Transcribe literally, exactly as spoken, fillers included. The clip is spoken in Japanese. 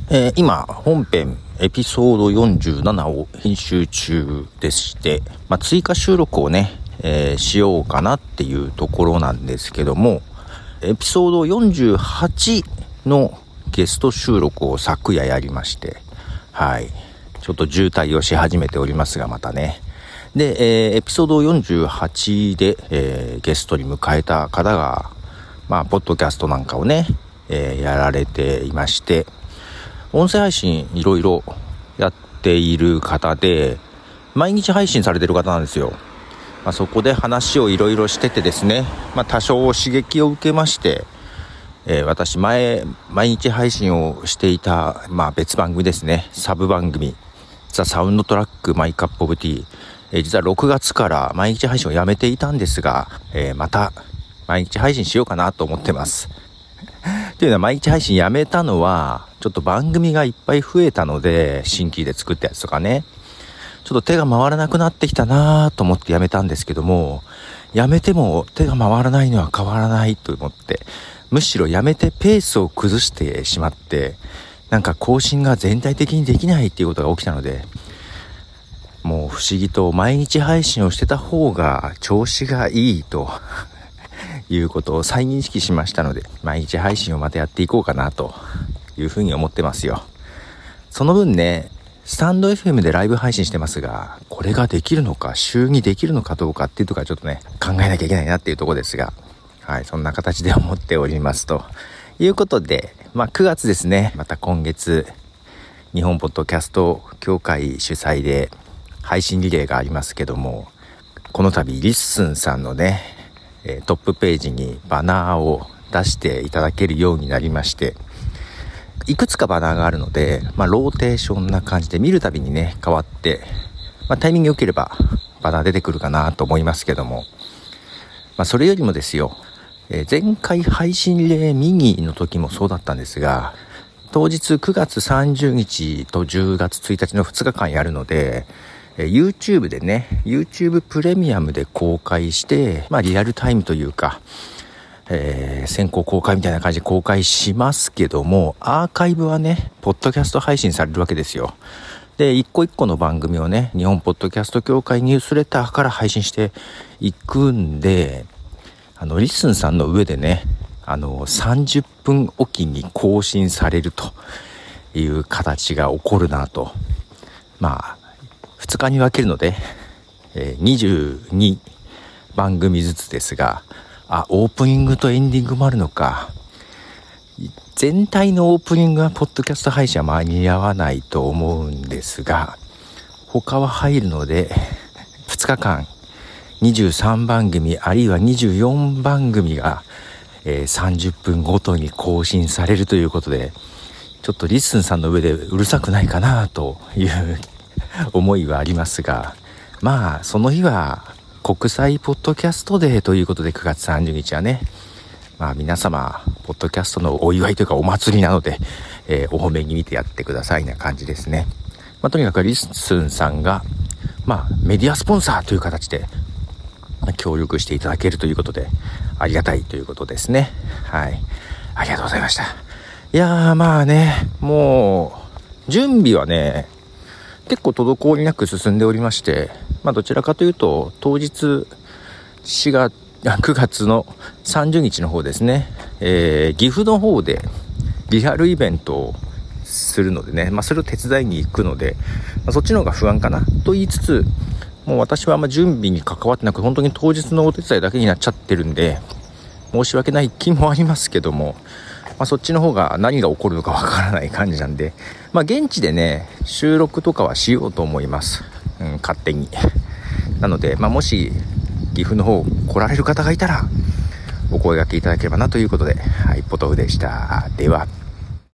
えー、今本編エピソードよんじゅうななを編集中でして、まあ、追加収録をね、えー、しようかなっていうところなんですけども、エピソードよんじゅうはちのゲスト収録を昨夜やりまして、はい、ちょっと渋滞をし始めておりますが、またね。で、えー、エピソードよんじゅうはちで、えー、ゲストに迎えた方が、まあ、ポッドキャストなんかをね、えー、やられていまして、音声配信いろいろやっている方で、毎日配信されてる方なんですよ。まあ、そこで話をいろいろしててですね、まあ、多少刺激を受けまして、えー、私前毎日配信をしていた、まあ、別番組ですね、サブ番組ザ・サウンドトラックマイカップオブティー、えー、実はろくがつから毎日配信をやめていたんですが、えー、また毎日配信しようかなと思ってますっていうのは、毎日配信やめたのはちょっと番組がいっぱい増えたので、新規で作ったやつとかね、ちょっと手が回らなくなってきたなと思ってやめたんですけども、やめても手が回らないのは変わらないと思って、むしろやめてペースを崩してしまって、なんか更新が全体的にできないっていうことが起きたので、もう不思議と毎日配信をしてた方が調子がいいということを再認識しましたので、毎日配信をまたやっていこうかなというふうに思ってますよ。その分ね、スタンド エフエム でライブ配信してますが、これができるのか、週にできるのかどうかっていうところはちょっとね、考えなきゃいけないなっていうところですが、はい、そんな形で思っておりますということで、まあくがつですね、また今月日本ポッドキャスト協会主催で配信リレーがありますけども、この度リッスンさんのね、トップページにバナーを出していただけるようになりまして、いくつかバナーがあるので、まあ、ローテーションな感じで見るたびにね変わって、まあ、タイミング良ければバナー出てくるかなと思いますけども、まあ、それよりもですよ、えー、前回配信リレーミニの時もそうだったんですが、当日くがつさんじゅうにちとじゅうがつついたちのふつかかんやるので、えー、YouTube でね YouTube プレミアムで公開して、まあ、リアルタイムというか、えー、先行公開みたいな感じで公開しますけども、アーカイブはねポッドキャスト配信されるわけですよ。で、一個一個の番組をね、日本ポッドキャスト協会ニュースレターから配信していくんで、あのリッスンさんの上でね、あのさんじゅっぷんおきに更新されるという形が起こるなと。まあふつかに分けるので、えー、にじゅうにばんぐみずつですが、あ、オープニングとエンディングもあるのか。全体のオープニングはポッドキャスト配信は間に合わないと思うんですが、他は入るのでふつかかんにじゅうさんばんぐみあるいはにじゅうよんばんぐみが、えー、さんじゅっぷんごとに更新されるということで、ちょっとリッスンさんの上でうるさくないかなという思いはありますが、まあその日は国際ポッドキャストデーということで、くがつさんじゅうにちはね、まあ皆様ポッドキャストのお祝いというかお祭りなので、えー、お褒めに見てやってくださいな感じですね。まあとにかくリッスンさんがまあメディアスポンサーという形で協力していただけるということでありがたいということですね。はい、ありがとうございました。いやーまあね、もう準備はね結構滞りなく進んでおりまして、まあどちらかというと当日しがつくがつのさんじゅうにちの方ですね、えー、岐阜の方でリアルイベントをするのでね、まあそれを手伝いに行くので、まあ、そっちの方が不安かなと言いつつ、もう私はあんま準備に関わってなく、本当に当日のお手伝いだけになっちゃってるんで申し訳ない気もありますけども、まあ、そっちの方が何が起こるのかわからない感じなんで、まあ現地でね収録とかはしようと思います、うん、勝手に。なので、まあ、もし岐阜の方来られる方がいたらお声掛けいただければなということで、はい、ポトフでした。では。